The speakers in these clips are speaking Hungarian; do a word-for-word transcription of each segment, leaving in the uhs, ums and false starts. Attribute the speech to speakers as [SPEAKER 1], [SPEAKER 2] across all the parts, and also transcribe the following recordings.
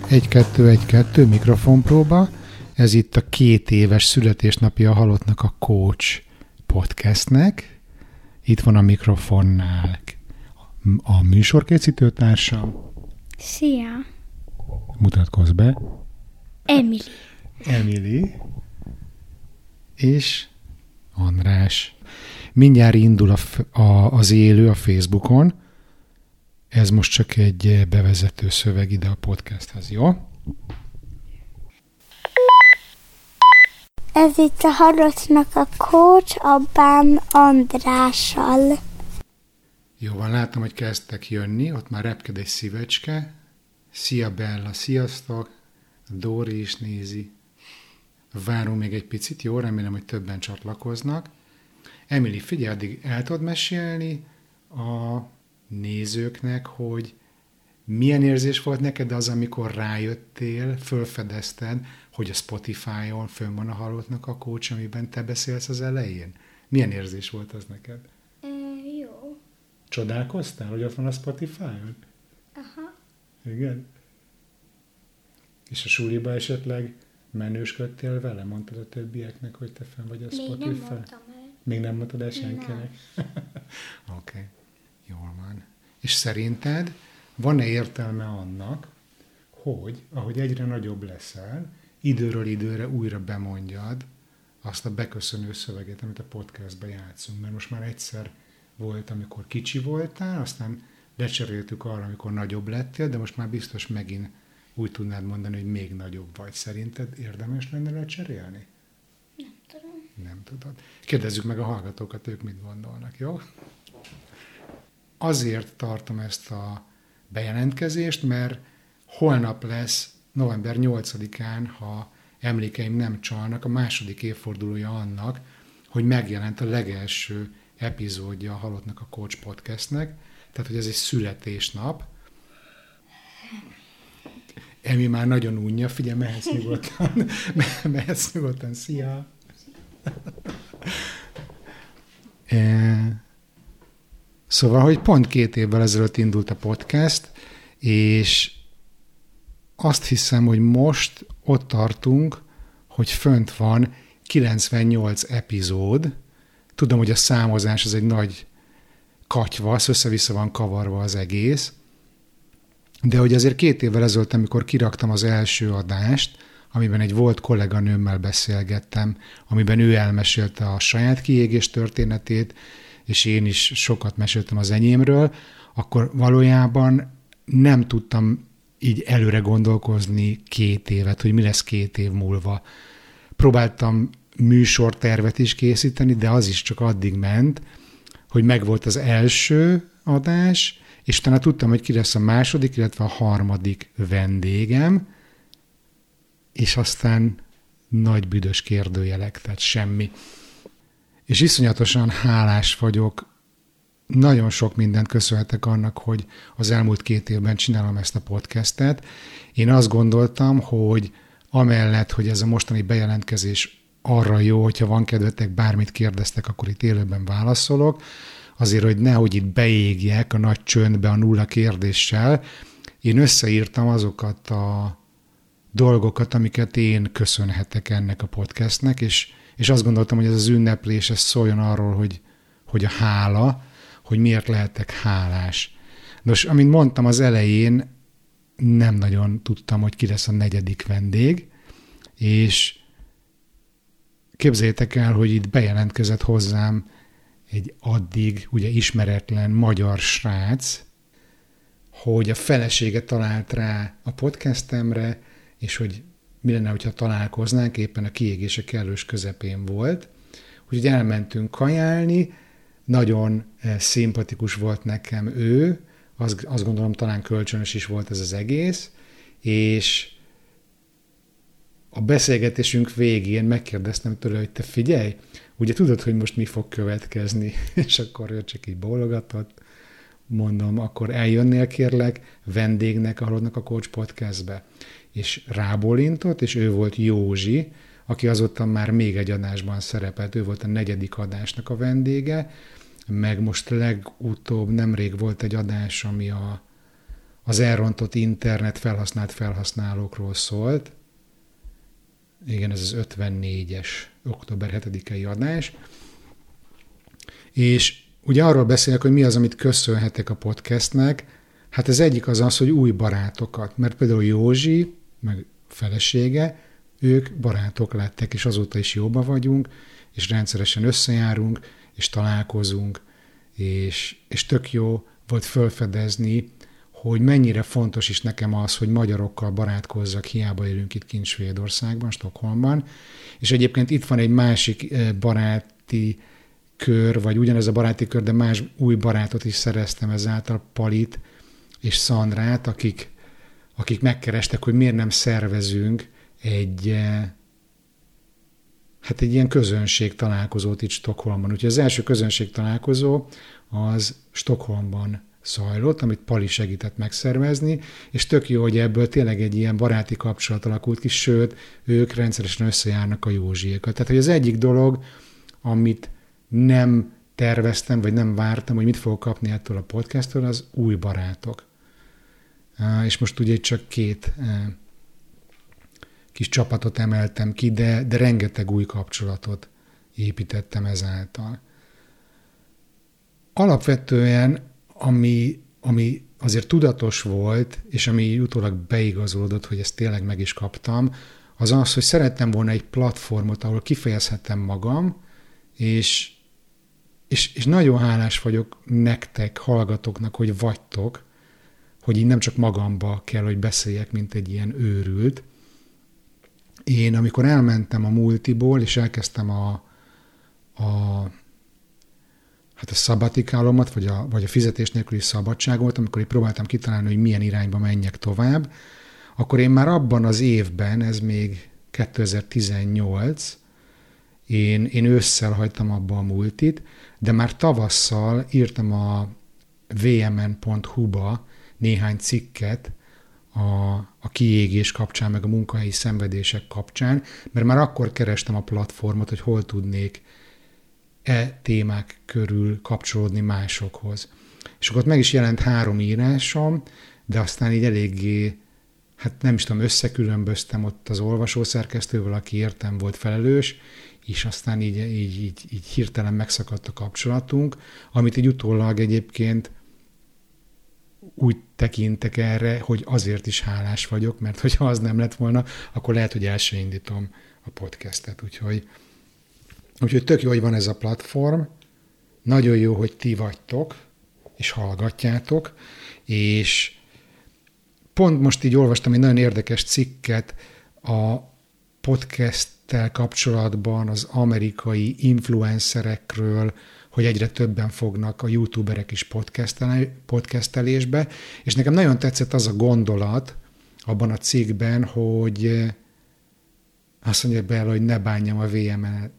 [SPEAKER 1] egy kettő egy kettő mikrofonpróba. Ez itt a két éves születésnapja a Halottnak a Coach podcastnek. Itt van a mikrofonnál a műsorkészítőtársam.
[SPEAKER 2] Szia!
[SPEAKER 1] Mutatkozz be.
[SPEAKER 2] Emily.
[SPEAKER 1] Emily. És András. Mindjárt indul a, a, az élő a Facebookon. Ez most csak egy bevezető szöveg ide a podcasthez, jó?
[SPEAKER 2] Ez itt a Halottnak a Coach, apám Andrással.
[SPEAKER 1] Jó van, látom, hogy kezdtek jönni, ott már repked egy szívecske. Szia Bella, sziasztok! Dóri is nézi. Várunk még egy picit, jó? Remélem, hogy többen csatlakoznak. Emily, figyelj, addig el tudod mesélni a nézőknek, hogy milyen érzés volt neked az, amikor rájöttél, fölfedezted, hogy a Spotify-on fönn van a Halottnak a Coach, amiben te beszélsz az elején? Milyen érzés volt az neked?
[SPEAKER 2] E, jó.
[SPEAKER 1] Csodálkoztál, hogy ott van a Spotify-on?
[SPEAKER 2] Aha.
[SPEAKER 1] Igen? És a suliba esetleg menősködtél vele? Mondtad a többieknek, hogy te fenn vagy a Spotify?
[SPEAKER 2] Még nem mondtam el.
[SPEAKER 1] Még nem mondtad el senkinek? Oké, okay. Jól van. És szerinted van-e értelme annak, hogy ahogy egyre nagyobb leszel, időről időre újra bemondjad azt a beköszönő szöveget, amit a podcastban játszunk? Mert most már egyszer volt, amikor kicsi voltál, aztán lecseréltük arra, amikor nagyobb lettél, de most már biztos megint úgy tudnád mondani, hogy még nagyobb vagy. Szerinted érdemes lenne lecserélni?
[SPEAKER 2] Nem tudom.
[SPEAKER 1] Nem tudod. Kérdezzük meg a hallgatókat, ők mit gondolnak, jó? Azért tartom ezt a bejelentkezést, mert holnap lesz, november nyolcadikán, ha emlékeim nem csalnak, a második évfordulója annak, hogy megjelent a legelső epizódja a Halottnak a Coach podcastnek, tehát, hogy ez egy születésnap. Emi már nagyon unja, figyelj, mehetsz nyugodtan, mehetsz nyugodtan, szia! e- Szóval, hogy pont két évvel ezelőtt indult a podcast, és azt hiszem, hogy most ott tartunk, hogy fönt van kilencvennyolc epizód. Tudom, hogy a számozás az egy nagy katyvasz, össze-vissza van kavarva az egész, de hogy azért két évvel ezelőtt, amikor kiraktam az első adást, amiben egy volt kolléganőmmel beszélgettem, amiben ő elmesélte a saját kiégés történetét, és én is sokat meséltem az enyémről, akkor valójában nem tudtam így előre gondolkozni két évet, hogy mi lesz két év múlva. Próbáltam műsortervet is készíteni, de az is csak addig ment, hogy megvolt az első adás, és utána tudtam, hogy ki lesz a második, illetve a harmadik vendégem, és aztán nagy büdös kérdőjelek, tehát semmi. És iszonyatosan hálás vagyok, nagyon sok mindent köszönhetek annak, hogy az elmúlt két évben csinálom ezt a podcastet. Én azt gondoltam, hogy amellett, hogy ez a mostani bejelentkezés arra jó, hogyha van kedvetek, bármit kérdeztek, akkor itt élőben válaszolok, azért, hogy nehogy itt beégjek a nagy csöndbe a nulla kérdéssel, én összeírtam azokat a dolgokat, amiket én köszönhetek ennek a podcastnek, és És azt gondoltam, hogy ez az ünneplés, ez szóljon arról, hogy, hogy a hála, hogy miért lehetek hálás. Nos, amint mondtam az elején, nem nagyon tudtam, hogy ki lesz a negyedik vendég, és képzeljétek el, hogy itt bejelentkezett hozzám egy addig ugye ismeretlen magyar srác, hogy a felesége talált rá a podcastemre, és hogy mi lenne, hogyha találkoznánk, éppen a kiégése kellős közepén volt. Úgyhogy elmentünk kajálni, nagyon szimpatikus volt nekem ő, azt, azt gondolom talán kölcsönös is volt ez az egész, és a beszélgetésünk végén megkérdeztem tőle, hogy te figyelj, ugye tudod, hogy most mi fog következni, és akkor ő csak így bólogatott, mondom, akkor eljönnél kérlek vendégnek a Halottnak a Coach podcastbe. És rábólintott, és ő volt Józsi, aki azóta már még egy adásban szerepelt, ő volt a negyedik adásnak a vendége, meg most legutóbb nemrég volt egy adás, ami a, az elrontott internet felhasznált felhasználókról szólt. Igen, ez az ötvennégyes október hetedikei adás. És ugye arról beszélek, hogy mi az, amit köszönhetek a podcastnek. Hát ez egyik az az, hogy új barátokat. Mert például Józsi, meg felesége, ők barátok lettek, és azóta is jóba vagyunk, és rendszeresen összejárunk, és találkozunk, és, és tök jó volt felfedezni, hogy mennyire fontos is nekem az, hogy magyarokkal barátkozzak, hiába élünk itt kint Svédországban, Stockholmban. És egyébként itt van egy másik baráti kör, vagy ugyanez a baráti kör, de más új barátot is szereztem ezáltal, Palit és Szandrát, akik, akik megkerestek, hogy miért nem szervezünk egy, hát egy ilyen közönség találkozót itt Stockholmban. Úgyhogy az első közönség találkozó az Stockholmban zajlott, amit Pali segített megszervezni, és tök jó, hogy ebből tényleg egy ilyen baráti kapcsolat alakult ki, sőt, ők rendszeresen összejárnak a Józsiékkal. Tehát, hogy az egyik dolog, amit nem terveztem, vagy nem vártam, hogy mit fogok kapni ettől a podcasttől, az új barátok. És most ugye csak két kis csapatot emeltem ki, de, de rengeteg új kapcsolatot építettem ezáltal. Alapvetően, ami, ami azért tudatos volt, és ami utólag beigazolódott, hogy ezt tényleg meg is kaptam, az az, hogy szerettem volna egy platformot, ahol kifejezhetem magam, és, és, és nagyon hálás vagyok nektek, hallgatóknak, hogy vagytok, hogy így nem csak magamba kell, hogy beszéljek, mint egy ilyen őrült. Én, amikor elmentem a multiból, és elkezdtem a, a, hát a szabatikálomat, vagy a, vagy a fizetés nélküli szabadságot, amikor én próbáltam kitalálni, hogy milyen irányba menjek tovább, akkor én már abban az évben, ez még kétezer-tizennyolc, én, én ősszel hagytam abba a multit, de már tavasszal írtam a vé em en pont hu-ba néhány cikket a, a kiégés kapcsán, meg a munkahelyi szenvedések kapcsán, mert már akkor kerestem a platformot, hogy hol tudnék e témák körül kapcsolódni másokhoz. És akkor ott meg is jelent három írásom, de aztán így eléggé, hát nem is tudom, összekülönböztem ott az olvasószerkesztővel, aki értem volt felelős, és aztán így, így, így, így hirtelen megszakadt a kapcsolatunk, amit így utólag egyébként úgy tekintek erre, hogy azért is hálás vagyok, mert hogyha az nem lett volna, akkor lehet, hogy el se indítom a podcastet. Úgyhogy, úgyhogy tök jó, hogy van ez a platform, nagyon jó, hogy ti vagytok, és hallgatjátok, és pont most így olvastam egy nagyon érdekes cikket a podcasttel kapcsolatban az amerikai influencerekről, hogy egyre többen fognak a youtuberek is podcastelésbe, és nekem nagyon tetszett az a gondolat abban a cikkben, hogy azt mondja be, hogy ne bánjam a vé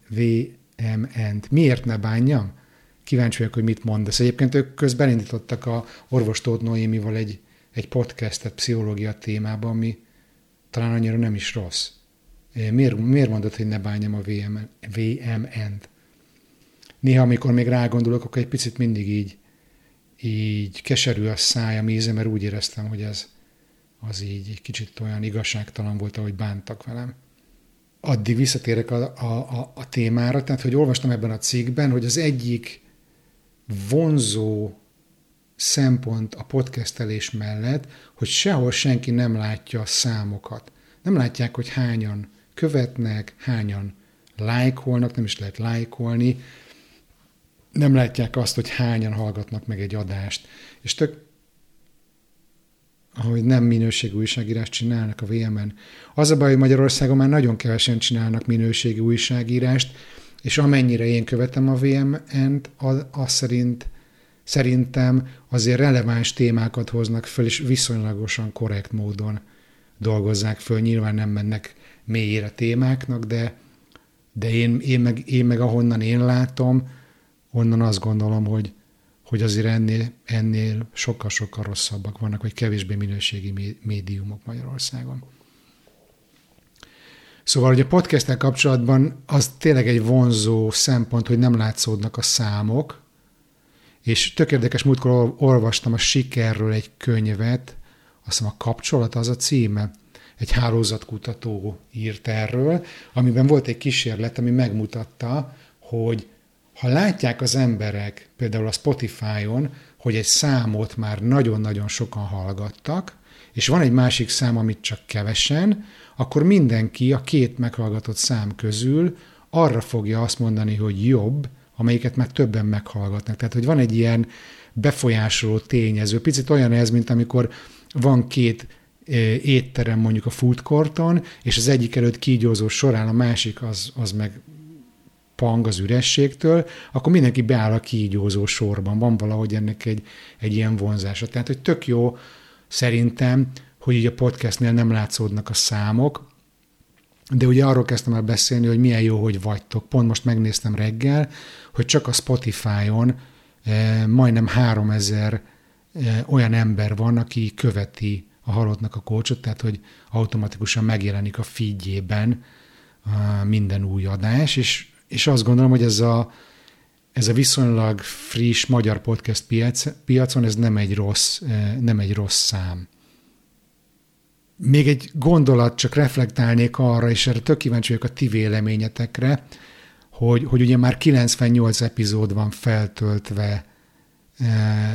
[SPEAKER 1] em en-t. Miért ne bánjam? Kíváncsi vagyok, hogy mit mondasz. Egyébként ők közben indítottak a Orvos Tóth Noémival egy, egy podcastet pszichológia témában, ami talán annyira nem is rossz. Miért, miért mondod, hogy ne bánjam a vé em en-t? Néha, amikor még rágondolok, akkor egy picit mindig így, így keserű a szájam íze, mert úgy éreztem, hogy ez az így egy kicsit olyan igazságtalan volt, ahogy bántak velem. Addig visszatérek a, a, a, a témára, tehát, hogy olvastam ebben a cikkben, hogy az egyik vonzó szempont a podcastelés mellett, hogy sehol senki nem látja a számokat. Nem látják, hogy hányan követnek, hányan lájkolnak, nem is lehet lájkolni, nem látják azt, hogy hányan hallgatnak meg egy adást. És tök, ahogy nem minőségi újságírást csinálnak a vé em en. Az a baj, hogy Magyarországon már nagyon kevesen csinálnak minőségi újságírást, és amennyire én követem a vé em en-t, az, az szerint, szerintem azért releváns témákat hoznak föl, és viszonylagosan korrekt módon dolgozzák föl. Nyilván nem mennek mélyére témáknak, de, de én, én, meg, én meg ahonnan én látom, onnan azt gondolom, hogy, hogy azért ennél, ennél sokkal-sokkal rosszabbak vannak, vagy kevésbé minőségi médiumok Magyarországon. Szóval, hogy a podcasttel kapcsolatban az tényleg egy vonzó szempont, hogy nem látszódnak a számok, és tök érdekes, múltkor olvastam a Sikerről egy könyvet, azt hiszem a Kapcsolat az a címe, egy hálózatkutató írt erről, amiben volt egy kísérlet, ami megmutatta, hogy ha látják az emberek, például a Spotify-on, hogy egy számot már nagyon-nagyon sokan hallgattak, és van egy másik szám, amit csak kevesen, akkor mindenki a két meghallgatott szám közül arra fogja azt mondani, hogy jobb, amelyiket már többen meghallgatnak. Tehát, hogy van egy ilyen befolyásoló tényező. Picit olyan ez, mint amikor van két étterem mondjuk a food courton, és az egyik előtt kígyózó során, a másik az, az meg pang az ürességtől, akkor mindenki beáll a kígyózó sorban. Van valahogy ennek egy, egy ilyen vonzása. Tehát, hogy tök jó szerintem, hogy így a podcastnél nem látszódnak a számok, de ugye arról kezdtem el beszélni, hogy milyen jó, hogy vagytok. Pont most megnéztem reggel, hogy csak a Spotify-on eh, majdnem háromezer eh, olyan ember van, aki követi a Halottnak a Coachot, tehát hogy automatikusan megjelenik a feedjében uh, minden új adás, és, és azt gondolom, hogy ez a, ez a viszonylag friss magyar podcast piac, piacon ez nem egy rossz, uh, nem egy rossz szám. Még egy gondolat, csak reflektálnék arra, és erre tök kíváncsi vagyok a ti véleményetekre, hogy, hogy ugye már kilencvennyolc epizód van feltöltve uh,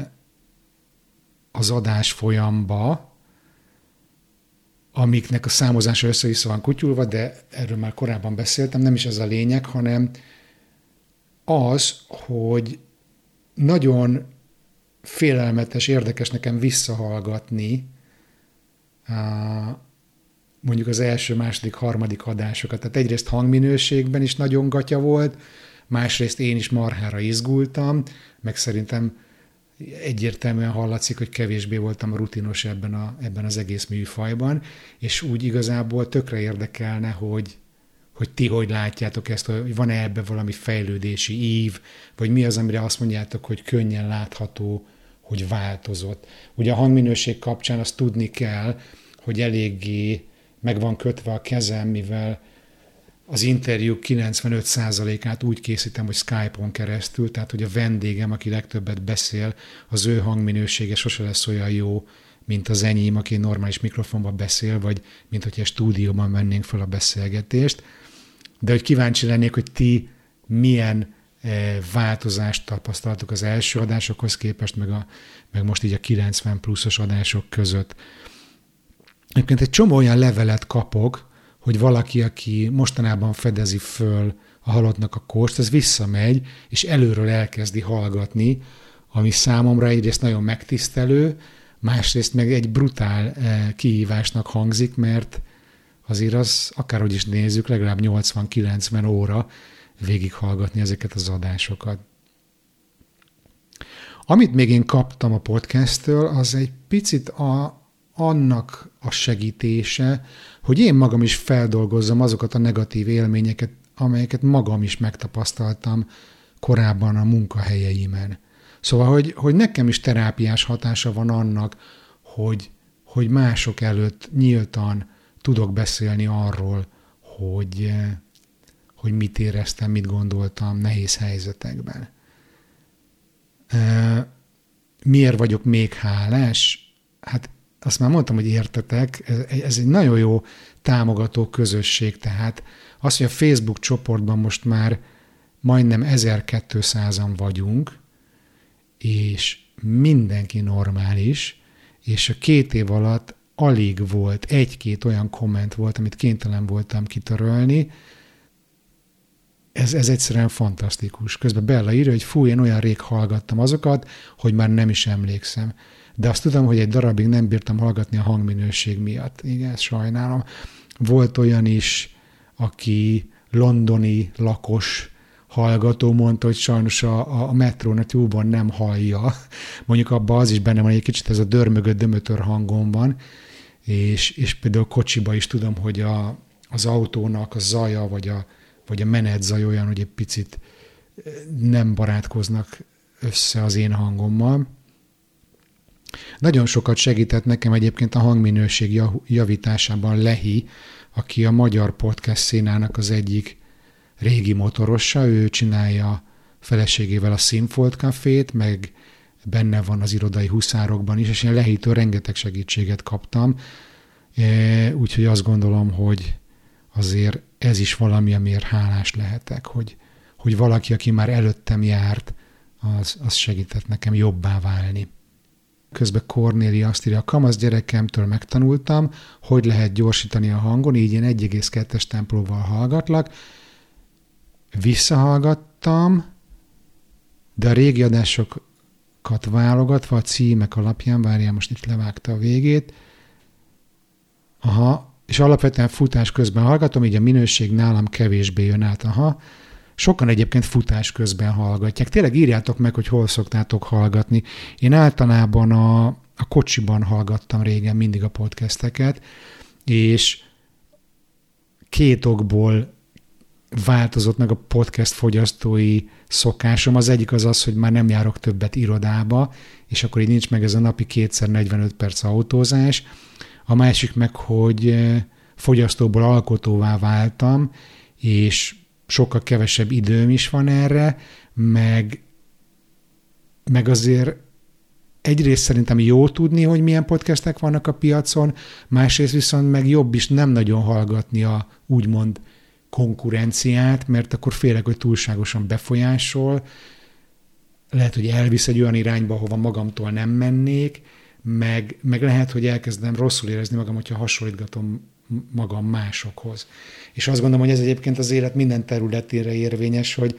[SPEAKER 1] az adás folyamba, amiknek a számozása össze-vissza van kutyulva, de erről már korábban beszéltem, nem is ez a lényeg, hanem az, hogy nagyon félelmetes, érdekes nekem visszahallgatni mondjuk az első, második, harmadik adásokat. Tehát egyrészt hangminőségben is nagyon gatya volt, másrészt én is marhára izgultam, meg szerintem egyértelműen hallatszik, hogy kevésbé voltam rutinos ebben, a, ebben az egész műfajban, és úgy igazából tökre érdekelne, hogy, hogy ti hogy látjátok ezt, hogy van-e ebben valami fejlődési ív, vagy mi az, amire azt mondjátok, hogy könnyen látható, hogy változott. Ugye a hangminőség kapcsán azt tudni kell, hogy eléggé meg van kötve a kezem, mivel az interjú kilencvenöt százalékát úgy készítem, hogy Skype-on keresztül, tehát hogy a vendégem, aki legtöbbet beszél, az ő hangminősége sose lesz olyan jó, mint az enyém, aki normális mikrofonban beszél, vagy mint hogyha stúdióban vennénk fel a beszélgetést. De hogy kíváncsi lennék, hogy ti milyen változást tapasztaltok az első adásokhoz képest, meg, a, meg most így a kilencven pluszos adások között. Egyébként egy csomó olyan levelet kapok, hogy valaki, aki mostanában fedezi föl a Halottnak a Coacht, az visszamegy, és előről elkezdi hallgatni, ami számomra egyrészt nagyon megtisztelő, másrészt meg egy brutál kihívásnak hangzik, mert azért az, akárhogy is nézzük, legalább nyolcvan-kilencven óra végighallgatni ezeket az adásokat. Amit még én kaptam a podcasttől, az egy picit a, annak a segítése, hogy én magam is feldolgozzam azokat a negatív élményeket, amelyeket magam is megtapasztaltam korábban a munkahelyeimen. Szóval, hogy, hogy nekem is terápiás hatása van annak, hogy, hogy mások előtt nyíltan tudok beszélni arról, hogy, hogy mit éreztem, mit gondoltam nehéz helyzetekben. Miért vagyok még hálás? Hát azt már mondtam, hogy értetek, ez egy nagyon jó támogató közösség, tehát az, hogy a Facebook csoportban most már majdnem ezerkétszázan vagyunk, és mindenki normális, és a két év alatt alig volt, egy-két olyan komment volt, amit kénytelen voltam kitörölni. Ez, ez egyszerűen fantasztikus. Közben Bella írja, hogy fú, én olyan rég hallgattam azokat, hogy már nem is emlékszem. De azt tudom, hogy egy darabig nem bírtam hallgatni a hangminőség miatt. Igen, sajnálom. Volt olyan is, aki londoni lakos hallgató mondta, hogy sajnos a, a metrón, a tube-on nem hallja. Mondjuk abban az is benne van, egy kicsit ez a dörmögött dömötör hangom van, és, és például kocsiba is tudom, hogy a, az autónak a zaja, vagy a, vagy a menetzaj olyan, hogy egy picit nem barátkoznak össze az én hangommal. Nagyon sokat segített nekem egyébként a hangminőség javításában Lehi, aki a magyar podcast színának az egyik régi motorosa, ő csinálja feleségével a Színfolt Cafét, meg benne van az Irodai Huszárokban is, és én Lehitől rengeteg segítséget kaptam, úgyhogy azt gondolom, hogy azért ez is valami, amiért hálás lehetek, hogy, hogy valaki, aki már előttem járt, az, az segített nekem jobbá válni. Közben Kornélia azt írja, a kamasz gyerekemtől megtanultam, hogy lehet gyorsítani a hangon, így én egy egész kettes templóval hallgatlak. Visszahallgattam, de a régi adásokat válogatva a címek alapján, várjál, most itt levágta a végét. Aha, és alapvetően futás közben hallgatom, így a minőség nálam kevésbé jön át. Aha. Sokan egyébként futás közben hallgatják. Tényleg írjátok meg, hogy hol szoktátok hallgatni. Én általában a, a kocsiban hallgattam régen mindig a podcasteket, és két okból változott meg a podcast fogyasztói szokásom. Az egyik az az, hogy már nem járok többet irodába, és akkor így nincs meg ez a napi kétszer negyvenöt perc autózás. A másik meg, hogy fogyasztóból alkotóvá váltam, és sokkal kevesebb időm is van erre, meg, meg azért egyrészt szerintem jó tudni, hogy milyen podcastek vannak a piacon, másrészt viszont meg jobb is nem nagyon hallgatni a úgymond konkurenciát, mert akkor félek, hogy túlságosan befolyásol, lehet, hogy elvisz egy olyan irányba, ahova magamtól nem mennék, meg, meg lehet, hogy elkezdem rosszul érezni magam, hogyha hasonlítgatom magam másokhoz. És azt gondolom, hogy ez egyébként az élet minden területére érvényes, hogy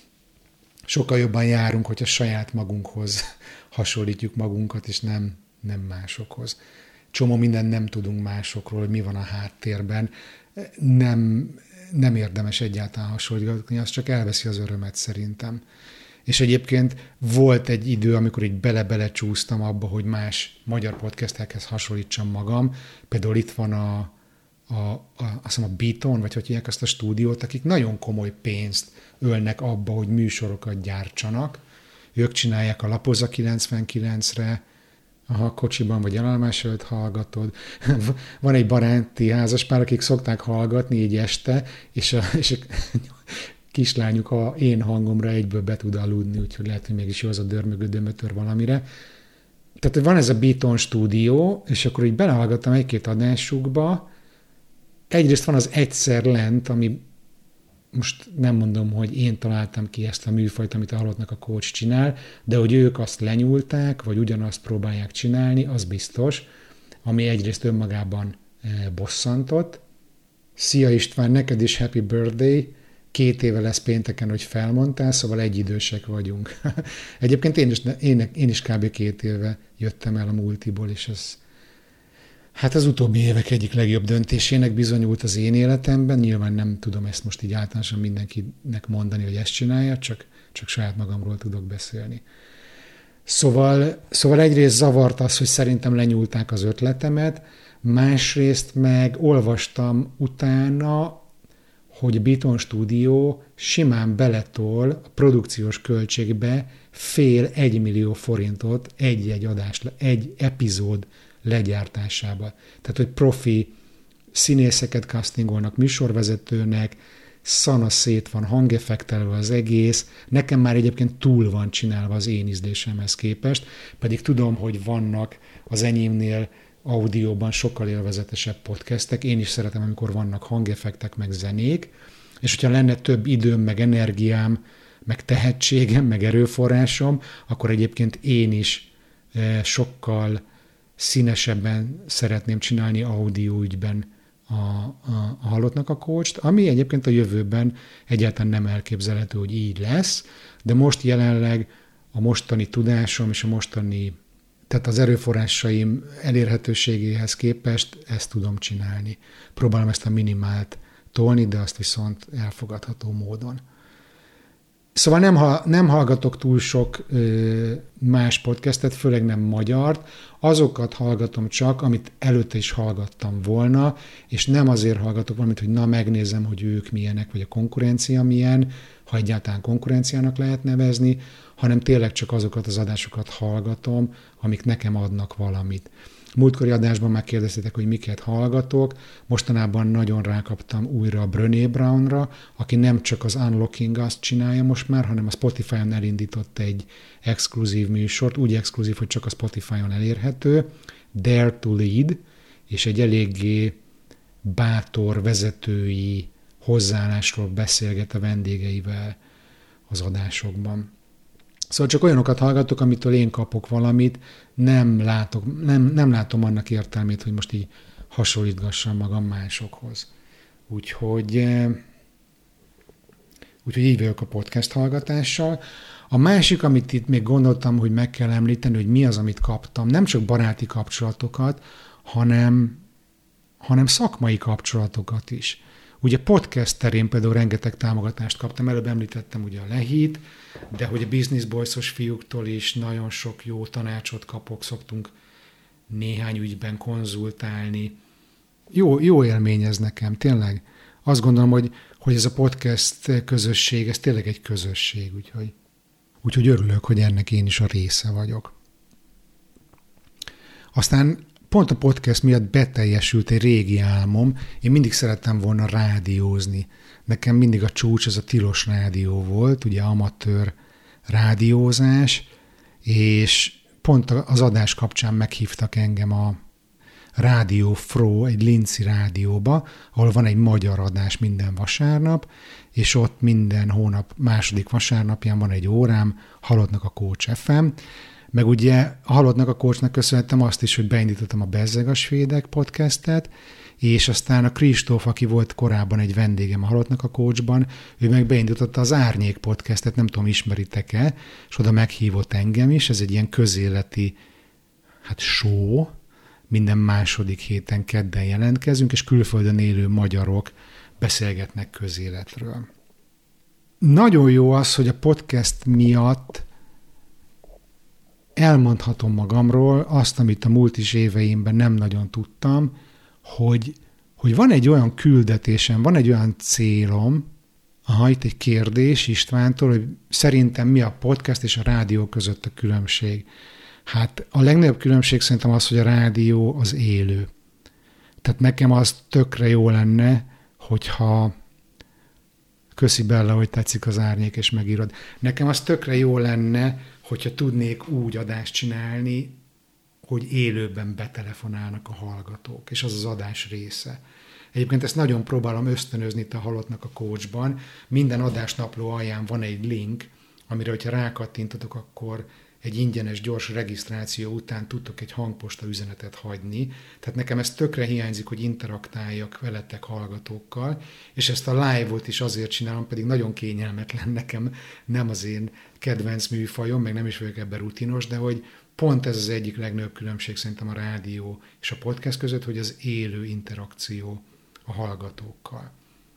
[SPEAKER 1] sokkal jobban járunk, hogyha saját magunkhoz hasonlítjuk magunkat, és nem, nem másokhoz. Csomó minden nem tudunk másokról, hogy mi van a háttérben. Nem, nem érdemes egyáltalán hasonlítgatni, az csak elveszi az örömet szerintem. És egyébként volt egy idő, amikor így bele-bele csúsztam abba, hogy más magyar podcastekhez hasonlítsam magam. Például itt van a, a, a, azt hiszem a Beaton, vagy hogy hívják azt a stúdiót, akik nagyon komoly pénzt ölnek abba, hogy műsorokat gyártsanak. Ők csinálják a Lapozza kilencvenkilencre, ha kocsiban vagy elállomás előtt hallgatod. Van egy baráti házaspár, akik szokták hallgatni így este, és a, és a kislányuk a én hangomra egyből be tud aludni, úgyhogy lehet, hogy mégis jó az a dörmögő dömötör valamire. Tehát van ez a Beaton stúdió, és akkor így belehallgattam egy-két adásukba. Egyrészt van az Egyszer lent, ami most nem mondom, hogy én találtam ki ezt a műfajt, amit a Halottnak a coach csinál, de hogy ők azt lenyúlták, vagy ugyanazt próbálják csinálni, az biztos, ami egyrészt önmagában bosszantott. Szia István, neked is happy birthday! Két éve lesz pénteken, hogy felmondtál, szóval egyidősek vagyunk. Egyébként én is, én, én is kb. Két éve jöttem el a multiból, és ez hát az utóbbi évek egyik legjobb döntésének bizonyult az én életemben. Nyilván nem tudom ezt most így általánosan mindenkinek mondani, hogy ezt csinálja, csak, csak saját magamról tudok beszélni. Szóval, szóval egyrészt zavart az, hogy szerintem lenyúlták az ötletemet, másrészt meg olvastam utána, hogy a Beaton stúdió simán beletol a produkciós költségbe fél egymillió forintot egy-egy adás, egy epizód legyártásába. Tehát, hogy profi színészeket castingolnak műsorvezetőnek, szana szét van hangeffektelve az egész, nekem már egyébként túl van csinálva az én ízlésemhez képest, pedig tudom, hogy vannak az enyémnél audióban sokkal élvezetesebb podcastek, én is szeretem, amikor vannak hangeffektek, meg zenék, és hogyha lenne több időm, meg energiám, meg tehetségem, meg erőforrásom, akkor egyébként én is sokkal színesebben szeretném csinálni audio ügyben a, a, a Halottnak a coacht, ami egyébként a jövőben egyáltalán nem elképzelhető, hogy így lesz, de most jelenleg a mostani tudásom és a mostani, tehát az erőforrásaim elérhetőségéhez képest ezt tudom csinálni. Próbálom ezt a minimált tolni, de azt viszont elfogadható módon. Szóval nem, nem hallgatok túl sok ö, más podcastet, főleg nem magyart, azokat hallgatom csak, amit előtte is hallgattam volna, és nem azért hallgatok valamit, hogy na megnézem, hogy ők milyenek, vagy a konkurencia milyen, ha egyáltalán konkurenciának lehet nevezni, hanem tényleg csak azokat az adásokat hallgatom, amik nekem adnak valamit. Múltkori adásban már kérdeztétek, hogy miket hallgatok. Mostanában nagyon rákaptam újra a Brené Brownra, aki nem csak az Unlocking azt csinálja most már, hanem a Spotify-on elindított egy exkluzív műsort, úgy exkluzív, hogy csak a Spotify-on elérhető, Dare to Lead, és egy eléggé bátor vezetői hozzáállásról beszélget a vendégeivel az adásokban. Szóval csak olyanokat hallgatok, amitől én kapok valamit, nem, látok, nem, nem látom annak értelmét, hogy most így hasonlítgassam magam másokhoz. Úgyhogy, úgyhogy így vagyok a podcast hallgatással. A másik, amit itt még gondoltam, hogy meg kell említeni, hogy mi az, amit kaptam, nem csak baráti kapcsolatokat, hanem, hanem szakmai kapcsolatokat is. Ugye podcast terén például rengeteg támogatást kaptam, előbb említettem ugye a Lehit, de hogy a Business Boys-os fiúktól is nagyon sok jó tanácsot kapok, szoktunk néhány ügyben konzultálni. Jó, jó élmény ez nekem, tényleg. Azt gondolom, hogy, hogy ez a podcast közösség, ez tényleg egy közösség, úgyhogy, úgyhogy örülök, hogy ennek én is a része vagyok. Aztán pont a podcast miatt beteljesült egy régi álmom. Én mindig szerettem volna rádiózni. Nekem mindig a csúcs az a Tilos Rádió volt, ugye amatőr rádiózás, és pont az adás kapcsán meghívtak engem a Rádió Fro, egy linci rádióba, ahol van egy magyar adás minden vasárnap, és ott minden hónap második vasárnapján van egy órám, Halottnak a Coach ef em, meg ugye a Halottnak a Coachnak köszönhetem azt is, hogy beindítottam a Bezzeg a Svédek podcastet, és aztán a Kristóf, aki volt korábban egy vendégem a Halottnak a Coachban, ő meg beindította az Árnyék podcastet, nem tudom, ismeritek-e, és oda meghívott engem is, ez egy ilyen közéleti hát show, minden második héten kedden jelentkezünk, és külföldön élő magyarok beszélgetnek közéletről. Nagyon jó az, hogy a podcast miatt elmondhatom magamról azt, amit a múlt is éveimben nem nagyon tudtam, hogy, hogy van egy olyan küldetésem, van egy olyan célom, aha, itt egy kérdés Istvántól, hogy szerintem mi a podcast és a rádió között a különbség. Hát a legnagyobb különbség szerintem az, hogy a rádió az élő. Tehát nekem az tökre jó lenne, hogyha köszi Bella, hogy tetszik az Árnyék, és megírod. Nekem az tökre jó lenne, hogyha tudnék úgy adást csinálni, hogy élőben betelefonálnak a hallgatók, és az az adás része. Egyébként ezt nagyon próbálom ösztönözni itt a Halottnak a Coachban. Minden adásnapló alján van egy link, amire, hogyha rákattintatok, akkor egy ingyenes, gyors regisztráció után tudtok egy hangposta üzenetet hagyni. Tehát nekem ez tökre hiányzik, hogy interaktáljak veletek hallgatókkal, és ezt a live-ot is azért csinálom, pedig nagyon kényelmetlen nekem, nem az én kedvenc műfajom, meg nem is vagyok ebben rutinos, de hogy pont ez az egyik legnagyobb különbség szerintem a rádió és a podcast között, hogy az élő interakció a hallgatókkal.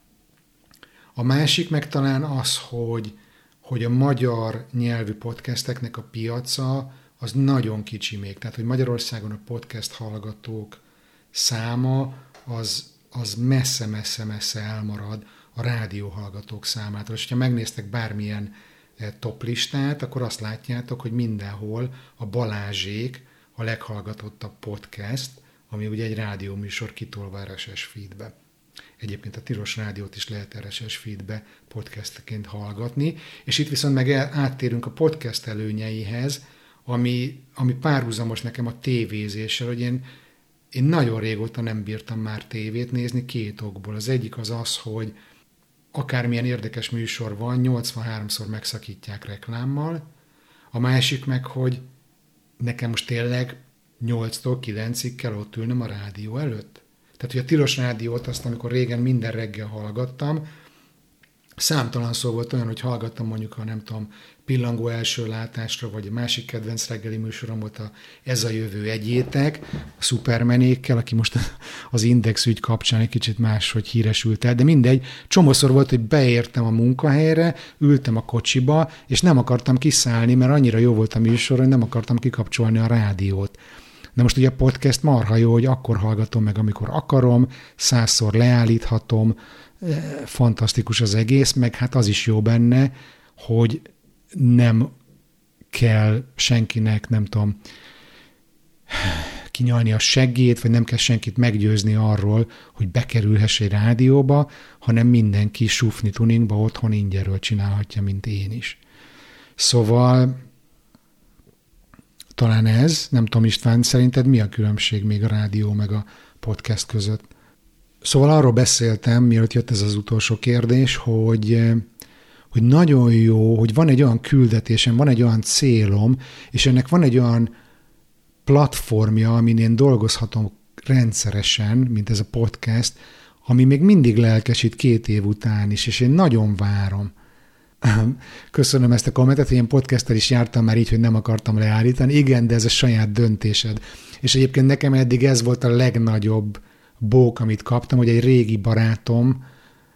[SPEAKER 1] A másik meg talán az, hogy hogy a magyar nyelvű podcasteknek a piaca az nagyon kicsi még. Tehát, hogy Magyarországon a podcast hallgatók száma az, az messze-messze-messze elmarad a rádió hallgatók számától. És ha megnéztek bármilyen top listát, akkor azt látjátok, hogy mindenhol a Balázsék a leghallgatottabb podcast, ami ugye egy rádióműsor kitolva er es es feedbe. Egyébként a Tilos Rádiót is lehet er es es feedbe podcastként hallgatni, és itt viszont meg áttérünk a podcast előnyeihez, ami, ami párhuzamos nekem a tévézéssel, hogy én, én nagyon régóta nem bírtam már tévét nézni két okból. Az egyik az az, hogy akármilyen érdekes műsor van, nyolcvanháromszor megszakítják reklámmal, a másik meg, hogy nekem most tényleg nyolctól kilencig kell ott ülnöm a rádió előtt. Tehát, hogy a Tilos Rádiót azt, amikor régen minden reggel hallgattam, számtalan szó volt olyan, hogy hallgattam mondjuk a, nem tudom, Pillangó első látásra, vagy a másik kedvenc reggeli műsorom volt a Ez a jövő egyétek, a Szupermenékkel, aki most az Index ügy kapcsán egy kicsit máshogy híresült el, de mindegy, csomószor volt, hogy beértem a munkahelyre, ültem a kocsiba, és nem akartam kiszállni, mert annyira jó volt a műsor, hogy nem akartam kikapcsolni a rádiót. De most ugye a podcast marha jó, hogy akkor hallgatom meg, amikor akarom, százszor leállíthatom, fantasztikus az egész, meg hát az is jó benne, hogy nem kell senkinek, nem tudom, kinyalni a seggét, vagy nem kell senkit meggyőzni arról, hogy bekerülhess egy rádióba, hanem mindenki sufni tuningba otthon ingyenről csinálhatja, mint én is. Szóval talán ez, nem tudom István, szerinted mi a különbség még a rádió meg a podcast között? Szóval arról beszéltem, mielőtt jött ez az utolsó kérdés, hogy, hogy nagyon jó, hogy van egy olyan küldetésem, van egy olyan célom, és ennek van egy olyan platformja, amin én dolgozhatom rendszeresen, mint ez a podcast, ami még mindig lelkesít két év után is, és én nagyon várom. Köszönöm ezt a kommentet, hogy én podcasttel is jártam már így, hogy nem akartam leállítani. Igen, de ez a saját döntésed. És egyébként nekem eddig ez volt a legnagyobb bók, amit kaptam, hogy egy régi barátom,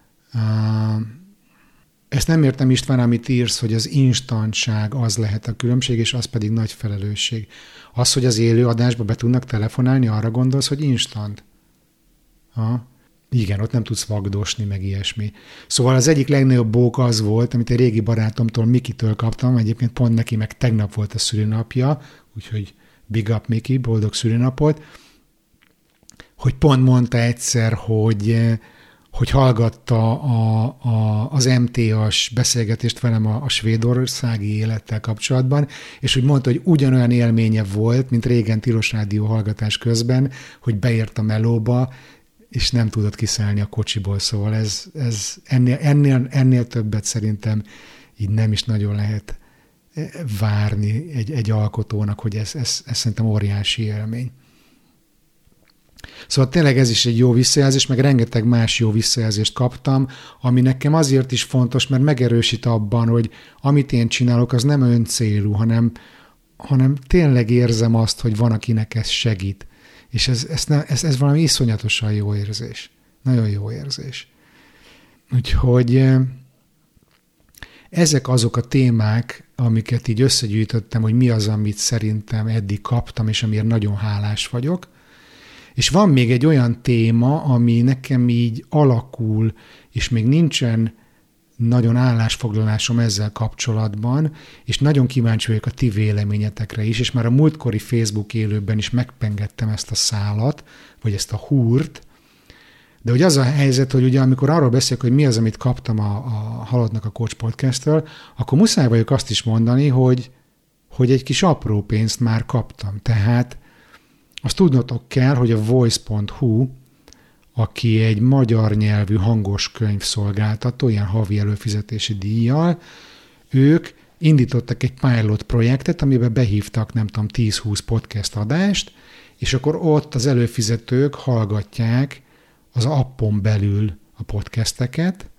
[SPEAKER 1] ezt nem értem István, amit írsz, hogy az instantság az lehet a különbség, és az pedig nagy felelősség. Az, hogy az élő adásba be tudnak telefonálni, arra gondolsz, hogy instant? Ha? Igen, ott nem tudsz vagdosni, meg ilyesmi. Szóval az egyik legnagyobb bók az volt, amit egy régi barátomtól, Mikitől kaptam, egyébként pont neki meg tegnap volt a szülinapja, úgyhogy big up Miki, boldog szülinapot, hogy pont mondta egyszer, hogy, hogy hallgatta a, a, az em té á-s beszélgetést velem a, a svédországi élettel kapcsolatban, és hogy mondta, hogy ugyanolyan élménye volt, mint régen tilos rádió hallgatás közben, hogy beért a melóba, és nem tudott kiszállni a kocsiból. Szóval ez, ez ennél, ennél, ennél többet szerintem így nem is nagyon lehet várni egy, egy alkotónak, hogy ez, ez, ez szerintem óriási élmény. Szóval tényleg ez is egy jó visszajelzés, meg rengeteg más jó visszajelzést kaptam, ami nekem azért is fontos, mert megerősít abban, hogy amit én csinálok, az nem öncélú, hanem, hanem tényleg érzem azt, hogy van, akinek ez segít. És ez, ez, ez, ez valami iszonyatosan jó érzés. Nagyon jó érzés. Úgyhogy ezek azok a témák, amiket így összegyűjtöttem, hogy mi az, amit szerintem eddig kaptam, és amiért nagyon hálás vagyok. És van még egy olyan téma, ami nekem így alakul, és még nincsen nagyon állásfoglalásom ezzel kapcsolatban, és nagyon kíváncsi vagyok a ti véleményetekre is, és már a múltkori Facebook élőben is megpengettem ezt a szálat, vagy ezt a húrt, de hogy az a helyzet, hogy ugye amikor arról beszélek, hogy mi az, amit kaptam a, a Halottnak a Coach Podcast-től, akkor muszáj vagyok azt is mondani, hogy, hogy egy kis apró pénzt már kaptam. Tehát azt tudnotok kell, hogy a voice pont hu, aki egy magyar nyelvű hangos könyv szolgáltató, ilyen havi előfizetési díjjal, ők indítottak egy pilot projektet, amiben behívtak, nem tudom, tíz-húsz podcast adást, és akkor ott az előfizetők hallgatják az appon belül a podcasteket,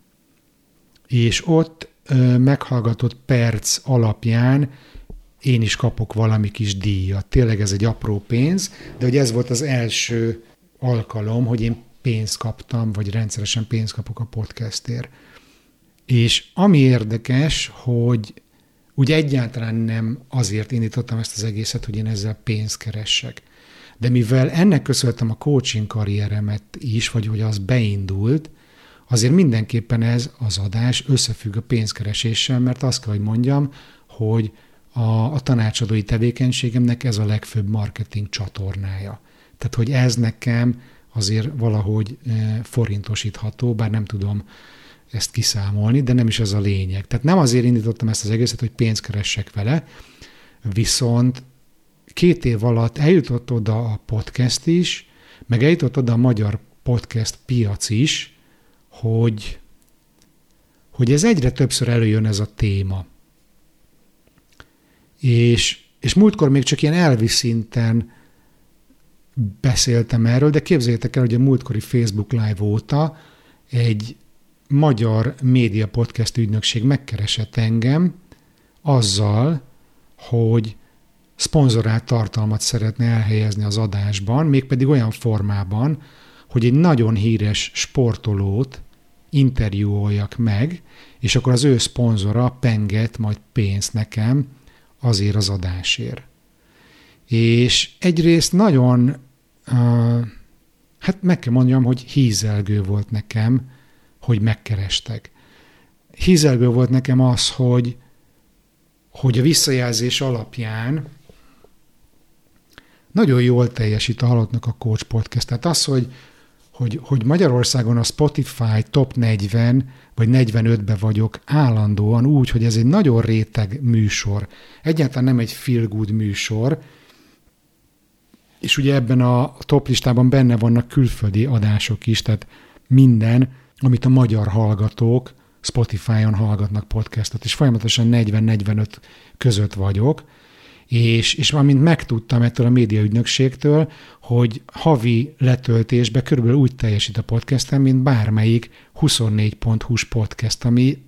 [SPEAKER 1] és ott ö, meghallgatott perc alapján én is kapok valami kis díjat. Tényleg ez egy apró pénz, de hogy ez volt az első alkalom, hogy én pénzt kaptam, vagy rendszeresen pénzt kapok a podcastért. És ami érdekes, hogy ugye egyáltalán nem azért indítottam ezt az egészet, hogy én ezzel pénzt keressek. De mivel ennek köszönhetem a coaching karrieremet is, vagy hogy az beindult, azért mindenképpen ez az adás összefügg a pénzkereséssel, mert azt kell, hogy mondjam, hogy a, a tanácsadói tevékenységemnek ez a legfőbb marketing csatornája. Tehát, hogy ez nekem azért valahogy forintosítható, bár nem tudom ezt kiszámolni, de nem is ez a lényeg. Tehát nem azért indítottam ezt az egészet, hogy pénzt keressek vele, viszont két év alatt eljutott oda a podcast is, meg eljutott oda a magyar podcast piac is, hogy, hogy ez egyre többször előjön ez a téma. És, és múltkor még csak ilyen elvi szinten beszéltem erről, de képzeljétek el, hogy a múltkori Facebook Live óta egy magyar média podcast ügynökség megkeresett engem azzal, hogy szponzorált tartalmat szeretne elhelyezni az adásban, mégpedig olyan formában, hogy egy nagyon híres sportolót interjúoljak meg, és akkor az ő szponzora penget majd pénzt nekem azért az adásért. És egyrészt nagyon, uh, hát meg kell mondjam, hogy hízelgő volt nekem, hogy megkerestek. Hízelgő volt nekem az, hogy, hogy a visszajelzés alapján nagyon jól teljesít a Halottnak a Coach Podcast. Tehát az, hogy, hogy, hogy Magyarországon a Spotify top negyven vagy negyvenötbe vagyok állandóan úgy, hogy ez egy nagyon réteg műsor. Egyáltalán nem egy feel good műsor, és ugye ebben a top listában benne vannak külföldi adások is, tehát minden, amit a magyar hallgatók Spotify-on hallgatnak podcastot, és folyamatosan negyven-negyvenöt között vagyok, és, és amint megtudtam ettől a médiaügynökségtől, hogy havi letöltésbe körülbelül úgy teljesít a podcastem, mint bármelyik huszonnégy pont hu-s podcast, ami,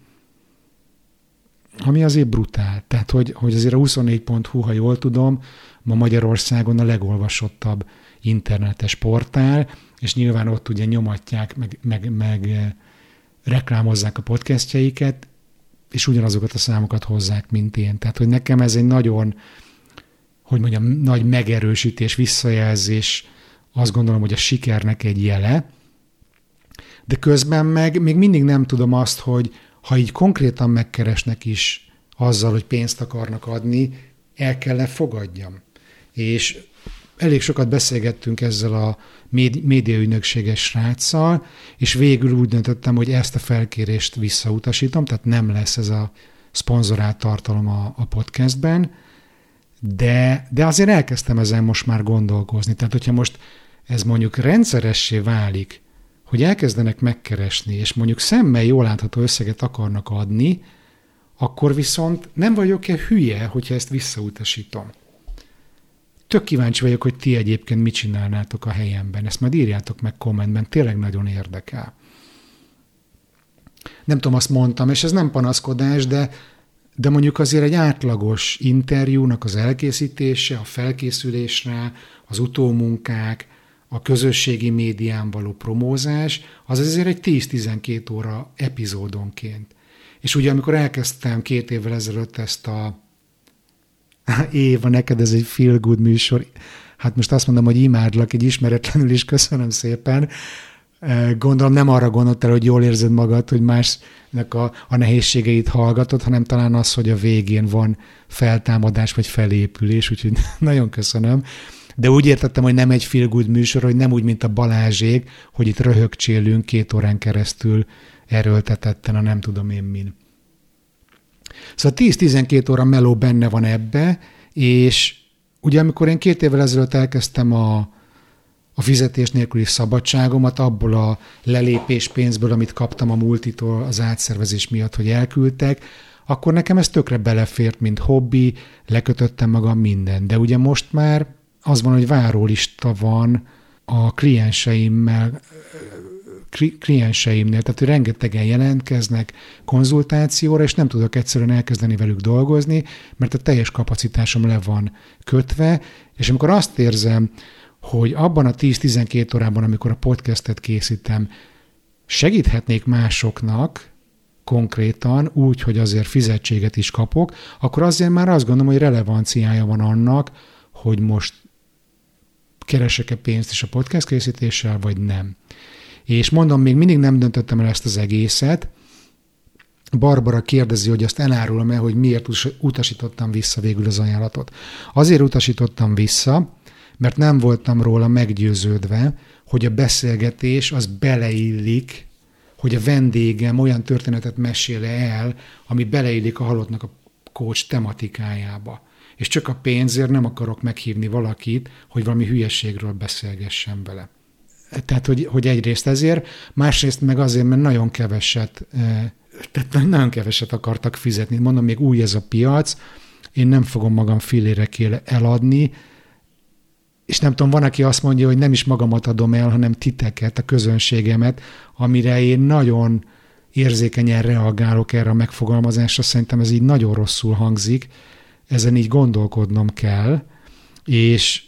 [SPEAKER 1] ami azért brutál. Tehát, hogy, hogy azért a huszonnégy pont hu, ha jól tudom, ma Magyarországon a legolvasottabb internetes portál, és nyilván ott ugye nyomatják, meg, meg, meg reklámozzák a podcastjeiket, és ugyanazokat a számokat hozzák, mint én. Tehát, hogy nekem ez egy nagyon, hogy mondjam, nagy megerősítés, visszajelzés, azt gondolom, hogy a sikernek egy jele, de közben meg még mindig nem tudom azt, hogy ha így konkrétan megkeresnek is azzal, hogy pénzt akarnak adni, el kell fogadjam. És elég sokat beszélgettünk ezzel a médiaügynökséges sráccal, és végül úgy döntöttem, hogy ezt a felkérést visszautasítom, tehát nem lesz ez a szponzorált tartalom a, a podcastben, de, de azért elkezdtem ezen most már gondolkozni. Tehát, hogyha most ez mondjuk rendszeressé válik, hogy elkezdenek megkeresni, és mondjuk szemmel jól látható összeget akarnak adni, akkor viszont nem vagyok-e hülye, hogyha ezt visszautasítom. Tök kíváncsi vagyok, hogy ti egyébként mit csinálnátok a helyemben. Ezt majd írjátok meg kommentben, tényleg nagyon érdekel. Nem tudom, azt mondtam, és ez nem panaszkodás, de, de mondjuk azért egy átlagos interjúnak az elkészítése, a felkészülésre, az utómunkák, a közösségi médián való promózás, az azért egy tíz-tizenkét óra epizódonként. És ugye amikor elkezdtem két évvel ezelőtt ezt a Éva, neked ez egy feel good műsor, hát most azt mondom, hogy imádlak, egy ismeretlenül is, köszönöm szépen. Gondolom nem arra gondoltál, hogy jól érzed magad, hogy másnak a, a nehézségeit hallgatod, hanem talán az, hogy a végén van feltámadás vagy felépülés, úgyhogy nagyon köszönöm. De úgy értettem, hogy nem egy feel good műsor, hogy nem úgy, mint a Balázsék, hogy itt röhögcsélünk két órán keresztül erőltetetten, a nem tudom én min. Szóval tíz-tizenkét óra meló benne van ebbe, és ugye amikor én két évvel ezelőtt elkezdtem a, a fizetés nélküli szabadságomat, abból a lelépés pénzből, amit kaptam a multitól az átszervezés miatt, hogy elküldtek, akkor nekem ez tökre belefért, mint hobbi, lekötöttem magam minden. De ugye most már az van, hogy várólista van a klienseimmel, klienseimnél, tehát hogy rengetegen jelentkeznek konzultációra, és nem tudok egyszerűen elkezdeni velük dolgozni, mert a teljes kapacitásom le van kötve, és amikor azt érzem, hogy abban a tíz-tizenkét órában, amikor a podcastet készítem, segíthetnék másoknak konkrétan úgy, hogy azért fizetséget is kapok, akkor azért már azt gondolom, hogy relevanciája van annak, hogy most keresek-e pénzt is a podcast készítéssel, vagy nem. És mondom, még mindig nem döntöttem el ezt az egészet. Barbara kérdezi, hogy azt elárulom-e, hogy miért utasítottam vissza végül az ajánlatot. Azért utasítottam vissza, mert nem voltam róla meggyőződve, hogy a beszélgetés az beleillik, hogy a vendégem olyan történetet mesél el, ami beleillik a Halottnak a coach tematikájába. És csak a pénzért nem akarok meghívni valakit, hogy valami hülyeségről beszélgessen vele. Tehát, hogy, hogy egyrészt ezért, másrészt meg azért, mert nagyon keveset, tehát nagyon keveset akartak fizetni. Mondom, még új ez a piac, én nem fogom magam fillére eladni, és nem tudom, van, aki azt mondja, hogy nem is magamat adom el, hanem titeket, a közönségemet, amire én nagyon érzékenyen reagálok erre a megfogalmazásra. Szerintem ez így nagyon rosszul hangzik, ezen így gondolkodnom kell, és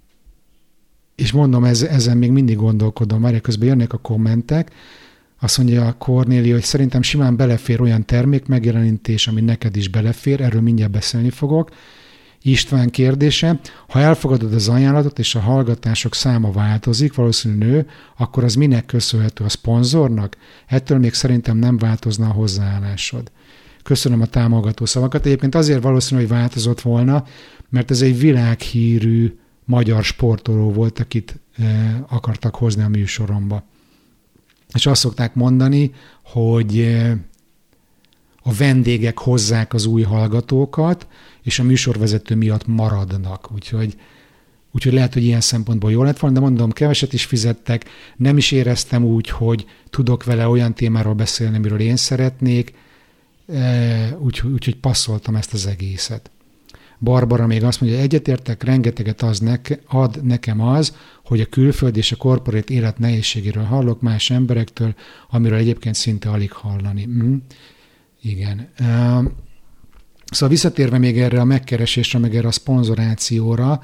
[SPEAKER 1] És mondom, ez, ezen még mindig gondolkodom, várja, közben jönnek a kommentek, azt mondja a Kornélia, hogy szerintem simán belefér olyan termék megjelenítés, ami neked is belefér, erről mindjárt beszélni fogok. István kérdése, ha elfogadod az ajánlatot, és a hallgatások száma változik, valószínűleg nő, akkor az minek köszönhető, a szponzornak? Ettől még szerintem nem változna a hozzáállásod. köszönöm a támogató szavakat. Egyébként azért valószínű, hogy változott volna, mert ez egy világhírű magyar sportoló volt, akit e, akartak hozni a műsoromba. És azt szokták mondani, hogy e, a vendégek hozzák az új hallgatókat, és a műsorvezető miatt maradnak. Úgyhogy, úgyhogy lehet, hogy ilyen szempontból jól lett volna, de mondom, keveset is fizettek, nem is éreztem úgy, hogy tudok vele olyan témáról beszélni, amiről én szeretnék, úgyhogy úgy, úgy, passzoltam ezt az egészet. Barbara még azt mondja, hogy egyetértek, rengeteget az neke, ad nekem az, hogy a külföld és a korporát élet nehézségéről hallok más emberektől, amiről egyébként szinte alig hallani. Mm. Igen. Szóval visszatérve még erre a megkeresésre, meg erre a szponzorációra,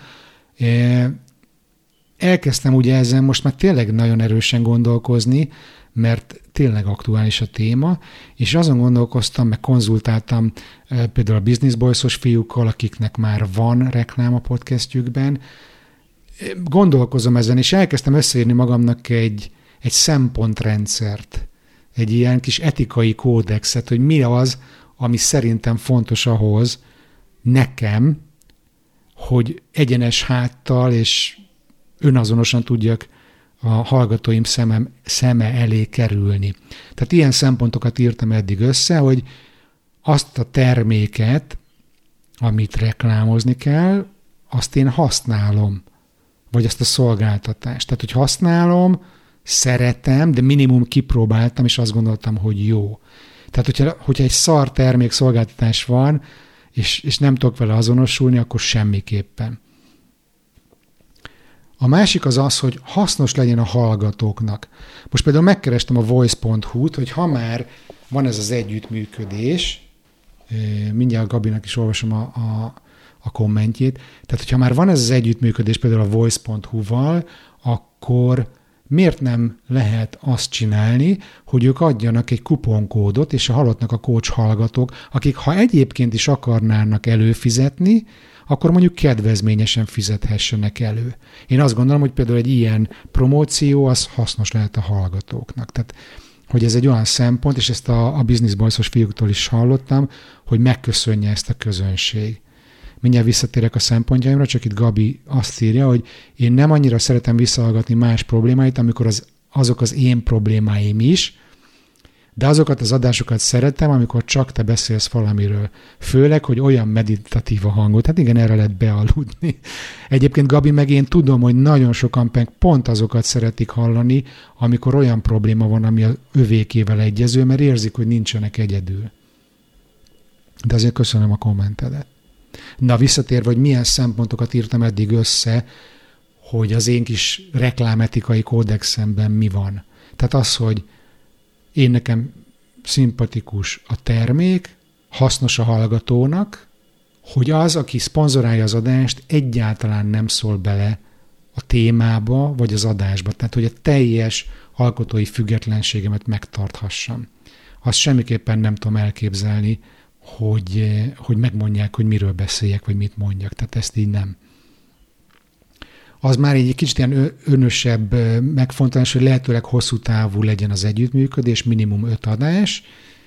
[SPEAKER 1] elkezdtem ugye ezen most már tényleg nagyon erősen gondolkozni, mert tényleg aktuális a téma, és azon gondolkoztam, meg konzultáltam például a Business Boys-os fiúkkal, akiknek már van reklám a podcastjükben. Gondolkozom ezen, és elkezdtem összeírni magamnak egy, egy szempontrendszert, egy ilyen kis etikai kódexet, hogy mi az, ami szerintem fontos ahhoz nekem, hogy egyenes háttal és önazonosan tudjak a hallgatóim szemem, szeme elé kerülni. Tehát ilyen szempontokat írtam eddig össze, hogy azt a terméket, amit reklámozni kell, azt én használom, vagy azt a szolgáltatást. Tehát, hogy használom, szeretem, de minimum kipróbáltam, és azt gondoltam, hogy jó. Tehát, hogyha, hogyha egy szar termék szolgáltatás van, és, és nem tudok vele azonosulni, akkor semmiképpen. A másik az az, hogy hasznos legyen a hallgatóknak. Most például megkerestem a voice pont hu-t, hogy ha már van ez az együttműködés, mindjárt Gabinak is olvasom a, a, a kommentjét, tehát hogyha már van ez az együttműködés például a voice pont hu-val, akkor miért nem lehet azt csinálni, hogy ők adjanak egy kuponkódot, és a halottnak a coach hallgatók, akik ha egyébként is akarnának előfizetni, akkor mondjuk kedvezményesen fizethessenek elő. Én azt gondolom, hogy például egy ilyen promóció az hasznos lehet a hallgatóknak. Tehát, hogy ez egy olyan szempont, és ezt a, a Business Boys-os fiúktól is hallottam, hogy megköszönje ezt a közönség. Mindjárt visszatérek a szempontjaimra, csak itt Gabi azt írja, hogy én nem annyira szeretem visszahallgatni más problémáit, amikor az, azok az én problémáim is, de azokat az adásokat szeretem, amikor csak te beszélsz valamiről. Főleg, hogy olyan meditatív a hangot. Hát igen, erre lehet bealudni. Egyébként Gabi, meg én tudom, hogy nagyon sokan pont azokat szeretik hallani, amikor olyan probléma van, ami az övékével egyező, mert érzik, hogy nincsenek egyedül. De azért köszönöm a kommentedet. Na, visszatérve, hogy milyen szempontokat írtam eddig össze, hogy az én kis reklámetikai kódexemben mi van. Tehát az, hogy én nekem szimpatikus a termék, hasznos a hallgatónak, hogy az, aki szponzorálja az adást, egyáltalán nem szól bele a témába, vagy az adásba. Tehát, hogy a teljes alkotói függetlenségemet megtarthassam. Azt semmiképpen nem tudom elképzelni, hogy, hogy megmondják, hogy miről beszéljek, vagy mit mondjak. Tehát ezt így nem. Az már egy kicsit ilyen önösebb megfontolás, hogy lehetőleg hosszú távú legyen az együttműködés, minimum öt adás,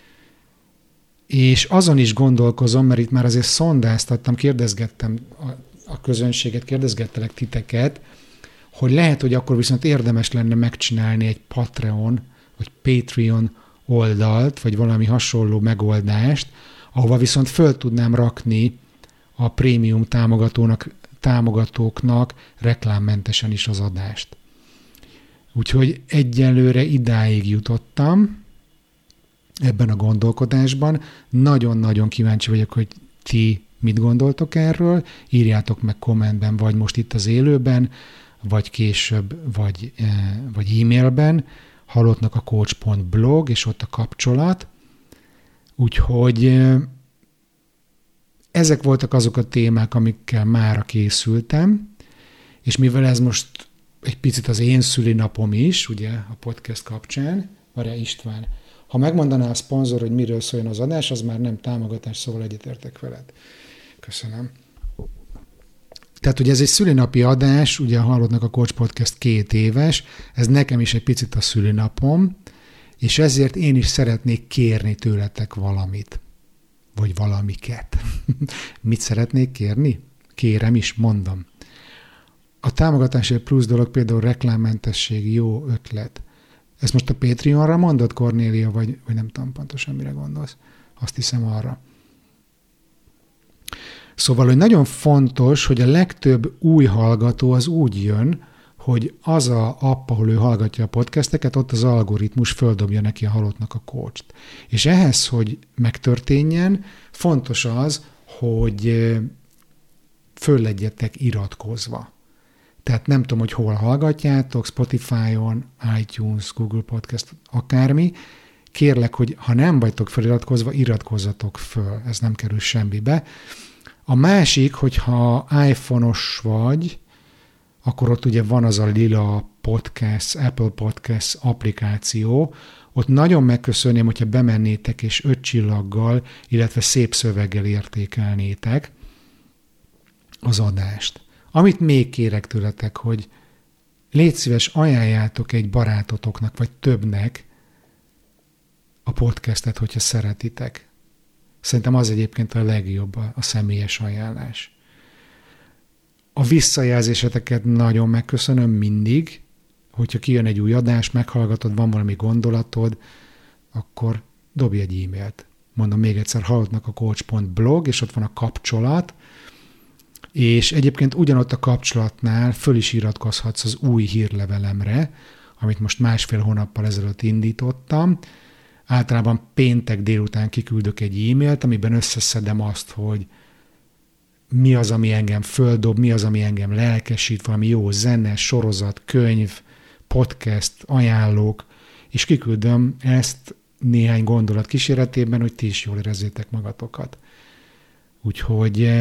[SPEAKER 1] és azon is gondolkozom, mert itt már azért szondáztattam, kérdezgettem a, a közönséget, kérdezgettelek titeket, hogy lehet, hogy akkor viszont érdemes lenne megcsinálni egy Patreon, vagy Patreon oldalt, vagy valami hasonló megoldást, ahova viszont föl tudnám rakni a prémium támogatónak, támogatóknak reklámmentesen is az adást. Úgyhogy egyelőre idáig jutottam ebben a gondolkodásban. Nagyon-nagyon kíváncsi vagyok, hogy ti mit gondoltok erről. Írjátok meg kommentben, vagy most itt az élőben, vagy később, vagy, vagy e-mailben. Halottnak a coach pont blog, és ott a kapcsolat. Úgyhogy ezek voltak azok a témák, amikkel mára készültem, és mivel ez most egy picit az én szülinapom is, ugye a podcast kapcsán, várjál István, ha megmondaná a szponzor, hogy miről szóljon az adás, az már nem támogatás, szóval egyetértek veled. Köszönöm. Tehát ugye ez egy szülinapi adás, ugye Halottnak a Coach Podcast két éves, ez nekem is egy picit a szülinapom, és ezért én is szeretnék kérni tőletek valamit. vagy valamiket. Mit szeretnék kérni? Kérem is, mondom. A támogatásért plusz dolog például reklámmentesség, jó ötlet. Ezt most a Patreonra mondod, Kornélia, vagy, vagy nem tudom pontosan, mire gondolsz. Azt hiszem arra. Szóval, hogy nagyon fontos, hogy a legtöbb új hallgató az úgy jön, hogy az a app, ahol ő hallgatja a podcasteket, ott az algoritmus földobja neki a halottnak a coacht. És ehhez, hogy megtörténjen, fontos az, hogy föl legyetek iratkozva. Tehát nem tudom, hogy hol hallgatjátok, Spotify-on, iTunes, Google Podcast, akármi. Kérlek, hogy ha nem vagytok feliratkozva, iratkozzatok föl. Ez nem kerül semmibe. A másik, hogyha iPhone-os vagy, akkor ott ugye van az a lila podcast, Apple Podcast applikáció. Ott nagyon megköszönném, hogyha bemennétek és öt csillaggal, illetve szép szöveggel értékelnétek az adást. Amit még kérek tőletek, hogy légy szíves, ajánljátok egy barátotoknak, vagy többnek a podcastet, hogyha szeretitek. Szerintem az egyébként a legjobb a személyes ajánlás. A visszajelzéseteket nagyon megköszönöm mindig, hogyha kijön egy új adás, meghallgatod, van valami gondolatod, akkor dobj egy e-mailt. Mondom még egyszer, halottnak a coach pont blog, és ott van a kapcsolat, és egyébként ugyanott a kapcsolatnál föl is iratkozhatsz az új hírlevelemre, amit most másfél hónappal ezelőtt indítottam. Általában péntek délután kiküldök egy e-mailt, amiben összeszedem azt, hogy mi az, ami engem földob, mi az, ami engem lelkesít, valami jó zene, sorozat, könyv, podcast, ajánlók, és kiküldöm ezt néhány gondolat kíséretében, hogy ti is jól érezzétek magatokat. Úgyhogy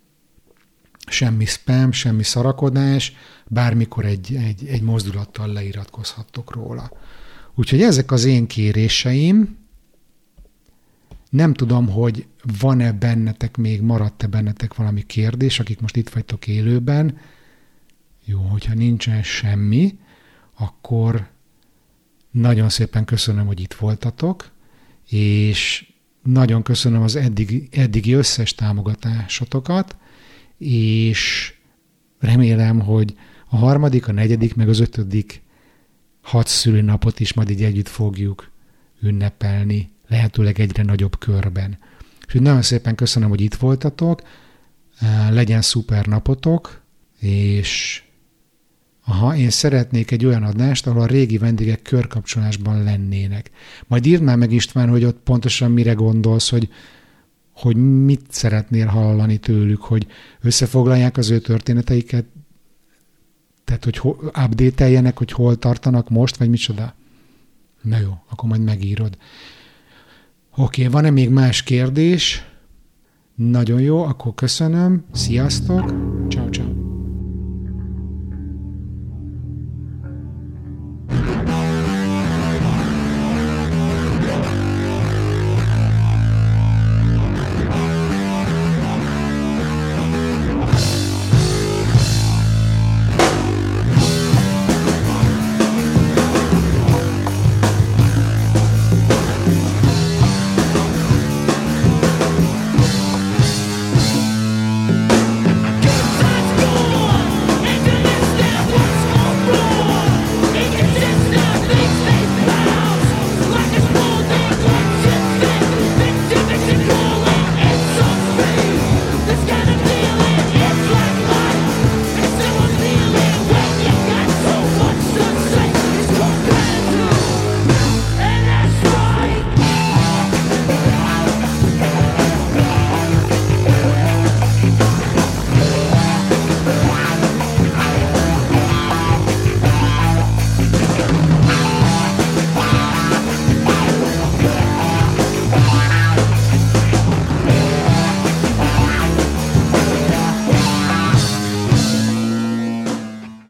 [SPEAKER 1] semmi spam, semmi szarakodás, bármikor egy, egy, egy mozdulattal leiratkozhattok róla. Úgyhogy ezek az én kéréseim. Nem tudom, hogy van-e bennetek még, maradt-e bennetek valami kérdés, akik most itt vagytok élőben. Jó, hogyha nincsen semmi, akkor nagyon szépen köszönöm, hogy itt voltatok, és nagyon köszönöm az eddigi, eddigi összes támogatásotokat, és remélem, hogy a harmadik, a negyedik, meg az ötödik hat szülinapot is majd így együtt fogjuk ünnepelni, lehetőleg egyre nagyobb körben. És nagyon szépen köszönöm, hogy itt voltatok, legyen szuper napotok, és aha, én szeretnék egy olyan adást, ahol a régi vendégek körkapcsolásban lennének. Majd írd már meg, István, hogy ott pontosan mire gondolsz, hogy, hogy mit szeretnél hallani tőlük, hogy összefoglalják az ő történeteiket, tehát hogy update-eljenek, hogy hol tartanak most, vagy micsoda. Na jó, akkor majd megírod. Oké, okay, van-e még más kérdés? Nagyon jó, akkor köszönöm. Sziasztok! Ciao, ciao.